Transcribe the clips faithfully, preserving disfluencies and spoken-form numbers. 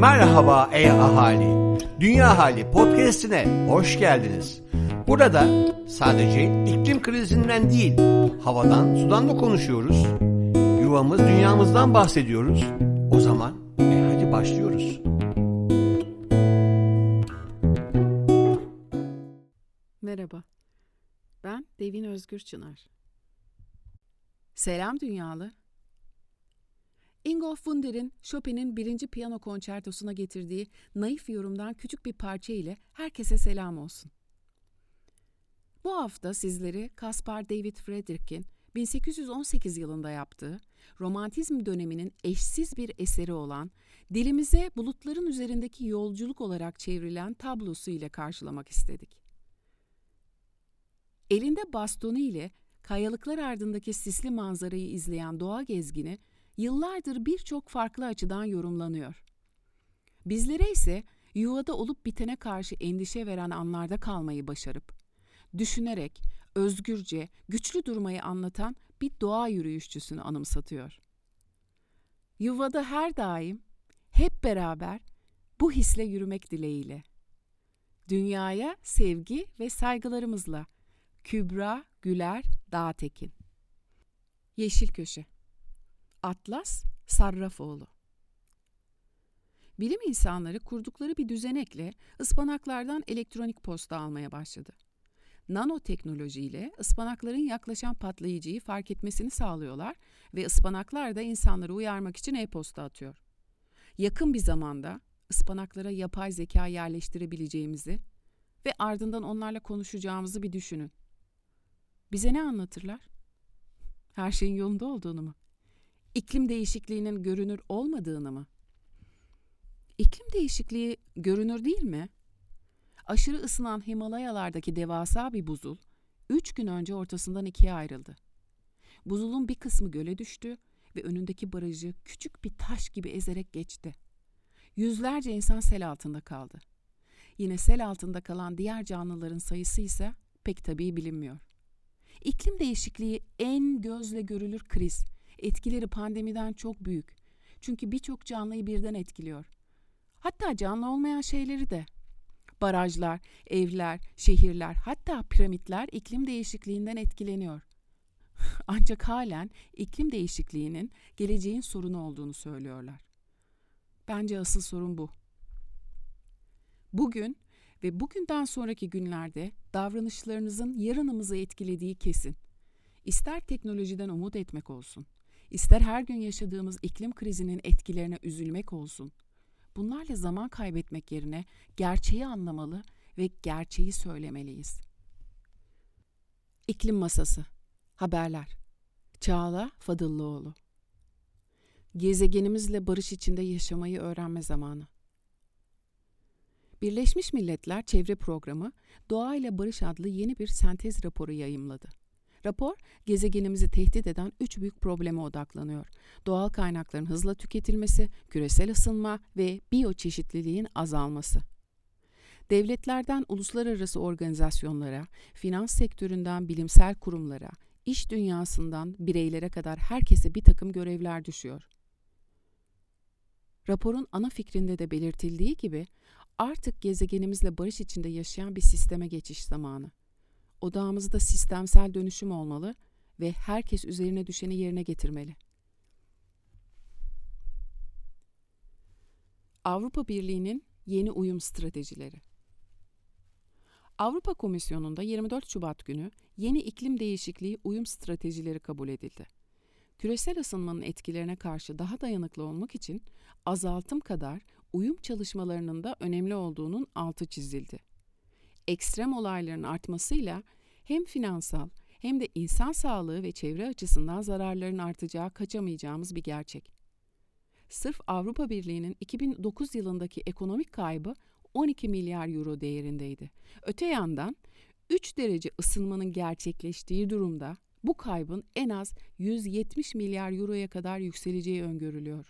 Merhaba ey ahali, Dünya Hali podcast'ine hoş geldiniz. Burada sadece iklim krizinden değil, havadan, sudan da konuşuyoruz. Yuvamız, dünyamızdan bahsediyoruz. O zaman e hadi başlıyoruz. Merhaba, ben Devin Özgür Çınar. Selam dünyalı. Ingolf Wunder'in Chopin'in birinci piyano konçertosuna getirdiği naif yorumdan küçük bir parça ile herkese selam olsun. Bu hafta sizleri Caspar David Friedrich'in bin sekiz yüz on sekiz yılında yaptığı Romantizm döneminin eşsiz bir eseri olan, dilimize bulutların üzerindeki yolculuk olarak çevrilen tablosu ile karşılamak istedik. Elinde bastonu ile kayalıklar ardındaki sisli manzarayı izleyen doğa gezgini, yıllardır birçok farklı açıdan yorumlanıyor. Bizlere ise yuvada olup bitene karşı endişe veren anlarda kalmayı başarıp, düşünerek, özgürce, güçlü durmayı anlatan bir doğa yürüyüşçüsünü anımsatıyor. Yuvada her daim, hep beraber bu hisle yürümek dileğiyle. Dünyaya sevgi ve saygılarımızla. Kübra Güler Dağtekin. Yeşil Köşe. Atlas Sarrafoğlu. Bilim insanları kurdukları bir düzenekle ıspanaklardan elektronik posta almaya başladı. Nanoteknolojiyle ıspanakların yaklaşan patlayıcıyı fark etmesini sağlıyorlar ve ıspanaklar da insanları uyarmak için e-posta atıyor. Yakın bir zamanda ıspanaklara yapay zeka yerleştirebileceğimizi ve ardından onlarla konuşacağımızı bir düşünün. Bize ne anlatırlar? Her şeyin yolunda olduğunu mu? İklim değişikliğinin görünür olmadığını mı? İklim değişikliği görünür değil mi? Aşırı ısınan Himalayalardaki devasa bir buzul, üç gün önce ortasından ikiye ayrıldı. Buzulun bir kısmı göle düştü ve önündeki barajı küçük bir taş gibi ezerek geçti. Yüzlerce insan sel altında kaldı. Yine sel altında kalan diğer canlıların sayısı ise pek tabii bilinmiyor. İklim değişikliği en gözle görülür kriz. Etkileri pandemiden çok büyük. Çünkü birçok canlıyı birden etkiliyor. Hatta canlı olmayan şeyleri de. Barajlar, evler, şehirler, hatta piramitler iklim değişikliğinden etkileniyor. Ancak halen iklim değişikliğinin geleceğin sorunu olduğunu söylüyorlar. Bence asıl sorun bu. Bugün ve bugünden sonraki günlerde davranışlarınızın yarınımızı etkilediği kesin. İster teknolojiden umut etmek olsun, ister her gün yaşadığımız iklim krizinin etkilerine üzülmek olsun, bunlarla zaman kaybetmek yerine gerçeği anlamalı ve gerçeği söylemeliyiz. İklim Masası. Haberler. Çağla Fadıllıoğlu. Gezegenimizle barış içinde yaşamayı öğrenme zamanı. Birleşmiş Milletler Çevre Programı, Doğayla Barış adlı yeni bir sentez raporu yayımladı. Rapor, gezegenimizi tehdit eden üç büyük probleme odaklanıyor. Doğal kaynakların hızla tüketilmesi, küresel ısınma ve biyoçeşitliliğin azalması. Devletlerden uluslararası organizasyonlara, finans sektöründen bilimsel kurumlara, iş dünyasından bireylere kadar herkese bir takım görevler düşüyor. Raporun ana fikrinde de belirtildiği gibi, artık gezegenimizle barış içinde yaşayan bir sisteme geçiş zamanı. Odağımızda sistemsel dönüşüm olmalı ve herkes üzerine düşeni yerine getirmeli. Avrupa Birliği'nin yeni uyum stratejileri. Avrupa Komisyonu'nda yirmi dört Şubat günü yeni iklim değişikliği uyum stratejileri kabul edildi. Küresel ısınmanın etkilerine karşı daha dayanıklı olmak için azaltım kadar uyum çalışmalarının da önemli olduğunun altı çizildi. Ekstrem olayların artmasıyla hem finansal hem de insan sağlığı ve çevre açısından zararların artacağı kaçamayacağımız bir gerçek. Sırf Avrupa Birliği'nin iki bin dokuz yılındaki ekonomik kaybı on iki milyar euro değerindeydi. Öte yandan üç derece ısınmanın gerçekleştiği durumda bu kaybın en az yüz yetmiş milyar euroya kadar yükseleceği öngörülüyor.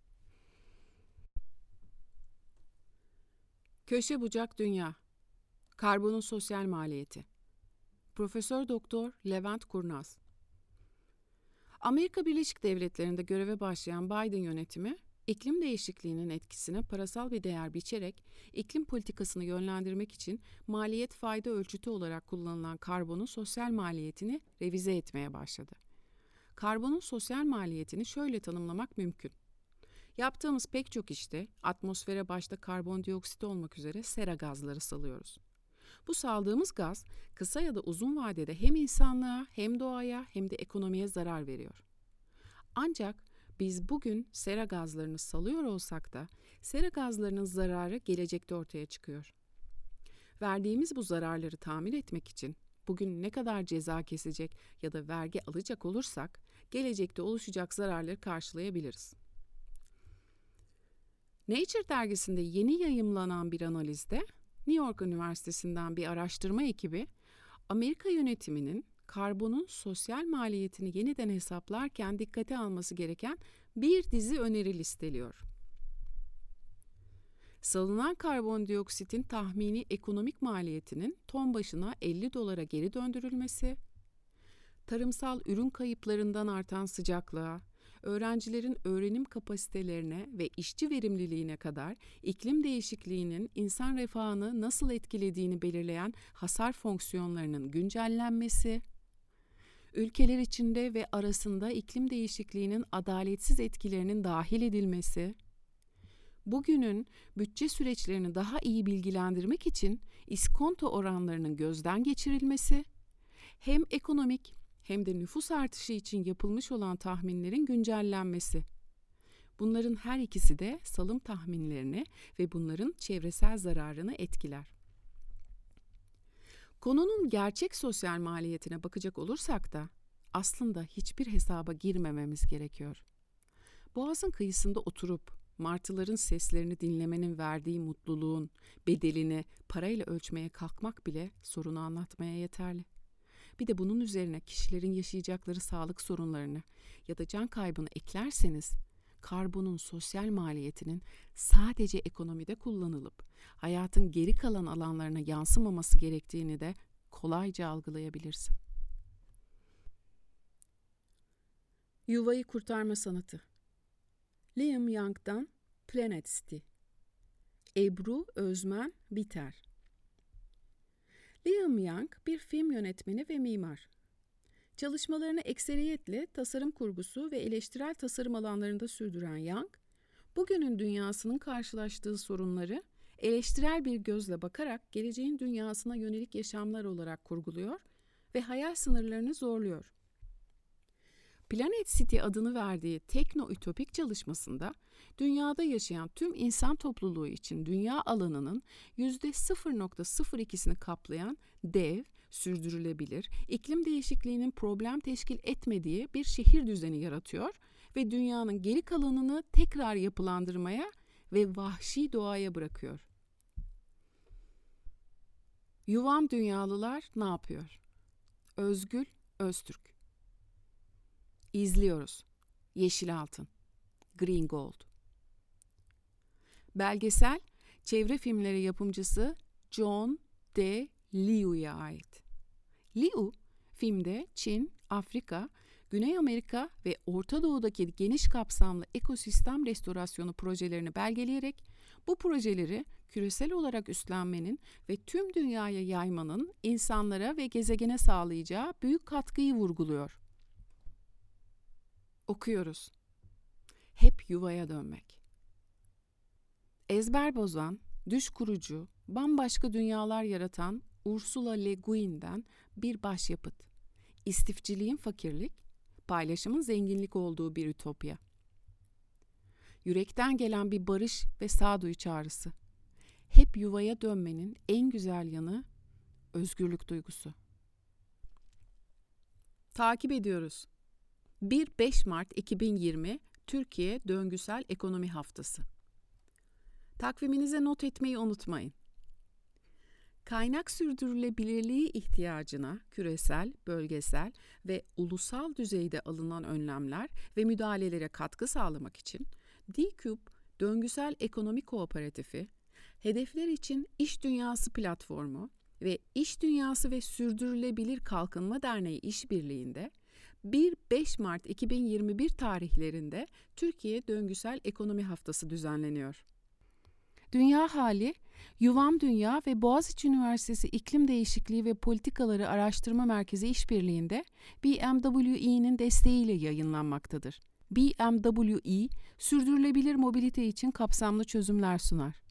Köşe bucak dünya. Karbonun sosyal maliyeti. Profesör Doktor Levent Kurnaz. Amerika Birleşik Devletleri'nde göreve başlayan Biden yönetimi, İklim değişikliğinin etkisine parasal bir değer biçerek iklim politikasını yönlendirmek için maliyet fayda ölçütü olarak kullanılan karbonun sosyal maliyetini revize etmeye başladı. Karbonun sosyal maliyetini şöyle tanımlamak mümkün. Yaptığımız pek çok işte atmosfere başta karbondioksit olmak üzere sera gazları salıyoruz. Bu saldığımız gaz kısa ya da uzun vadede hem insanlığa hem doğaya hem de ekonomiye zarar veriyor. Ancak biz bugün sera gazlarını salıyor olsak da sera gazlarının zararı gelecekte ortaya çıkıyor. Verdiğimiz bu zararları tamir etmek için bugün ne kadar ceza kesecek ya da vergi alacak olursak gelecekte oluşacak zararları karşılayabiliriz. Nature dergisinde yeni yayımlanan bir analizde New York Üniversitesi'nden bir araştırma ekibi Amerika yönetiminin karbonun sosyal maliyetini yeniden hesaplarken dikkate alması gereken bir dizi öneri listeliyor. Salınan karbondioksitin tahmini ekonomik maliyetinin ton başına elli dolara geri döndürülmesi, tarımsal ürün kayıplarından artan sıcaklığa, öğrencilerin öğrenim kapasitelerine ve işçi verimliliğine kadar iklim değişikliğinin insan refahını nasıl etkilediğini belirleyen hasar fonksiyonlarının güncellenmesi, ülkeler içinde ve arasında iklim değişikliğinin adaletsiz etkilerinin dahil edilmesi, bugünün bütçe süreçlerini daha iyi bilgilendirmek için iskonto oranlarının gözden geçirilmesi, hem ekonomik hem de nüfus artışı için yapılmış olan tahminlerin güncellenmesi. Bunların her ikisi de salım tahminlerini ve bunların çevresel zararını etkiler. Konunun gerçek sosyal maliyetine bakacak olursak da aslında hiçbir hesaba girmememiz gerekiyor. Boğazın kıyısında oturup martıların seslerini dinlemenin verdiği mutluluğun bedelini parayla ölçmeye kalkmak bile sorunu anlatmaya yeterli. Bir de bunun üzerine kişilerin yaşayacakları sağlık sorunlarını ya da can kaybını eklerseniz, karbonun sosyal maliyetinin sadece ekonomide kullanılıp hayatın geri kalan alanlarına yansımaması gerektiğini de kolayca algılayabilirsin. Yuvayı kurtarma sanatı. Liam Young'dan Planet City. Ebru Özmen Biter. Liam Young bir film yönetmeni ve mimar. Çalışmalarını ekseriyetle tasarım kurgusu ve eleştirel tasarım alanlarında sürdüren Young, bugünün dünyasının karşılaştığı sorunları eleştirel bir gözle bakarak geleceğin dünyasına yönelik yaşamlar olarak kurguluyor ve hayal sınırlarını zorluyor. Planet City adını verdiği tekno-ütopik çalışmasında dünyada yaşayan tüm insan topluluğu için dünya alanının yüzde sıfır virgül sıfır ikisini kaplayan dev, sürdürülebilir, iklim değişikliğinin problem teşkil etmediği bir şehir düzeni yaratıyor ve dünyanın geri kalanını tekrar yapılandırmaya ve vahşi doğaya bırakıyor. Yuvam Dünyalılar ne yapıyor? Özgül Öztürk. İzliyoruz. Yeşil Altın. Green Gold. Belgesel, çevre filmleri yapımcısı John De Liu'ya ait. Liu, filmde Çin, Afrika, Güney Amerika ve Orta Doğu'daki geniş kapsamlı ekosistem restorasyonu projelerini belgeleyerek bu projeleri küresel olarak üstlenmenin ve tüm dünyaya yaymanın insanlara ve gezegene sağlayacağı büyük katkıyı vurguluyor. Okuyoruz. Hep yuvaya dönmek. Ezber bozan, düş kurucu, bambaşka dünyalar yaratan Ursula Le Guin'den bir başyapıt. İstifçiliğin fakirlik, paylaşımın zenginlik olduğu bir ütopya. Yürekten gelen bir barış ve sağduyu çağrısı. Hep yuvaya dönmenin en güzel yanı özgürlük duygusu. Takip ediyoruz. bir beş Mart iki bin yirmi Türkiye Döngüsel Ekonomi Haftası. Takviminize not etmeyi unutmayın. Kaynak sürdürülebilirliği ihtiyacına küresel, bölgesel ve ulusal düzeyde alınan önlemler ve müdahalelere katkı sağlamak için D-Cube Döngüsel Ekonomi Kooperatifi, Hedefler için İş Dünyası Platformu ve İş Dünyası ve Sürdürülebilir Kalkınma Derneği işbirliğinde bir beş Mart iki bin yirmi bir tarihlerinde Türkiye Döngüsel Ekonomi Haftası düzenleniyor. Dünya Hali, Yuvam Dünya ve Boğaziçi Üniversitesi İklim Değişikliği ve Politikaları Araştırma Merkezi işbirliğinde B M W E'nin desteğiyle yayınlanmaktadır. B M W E, sürdürülebilir mobilite için kapsamlı çözümler sunar.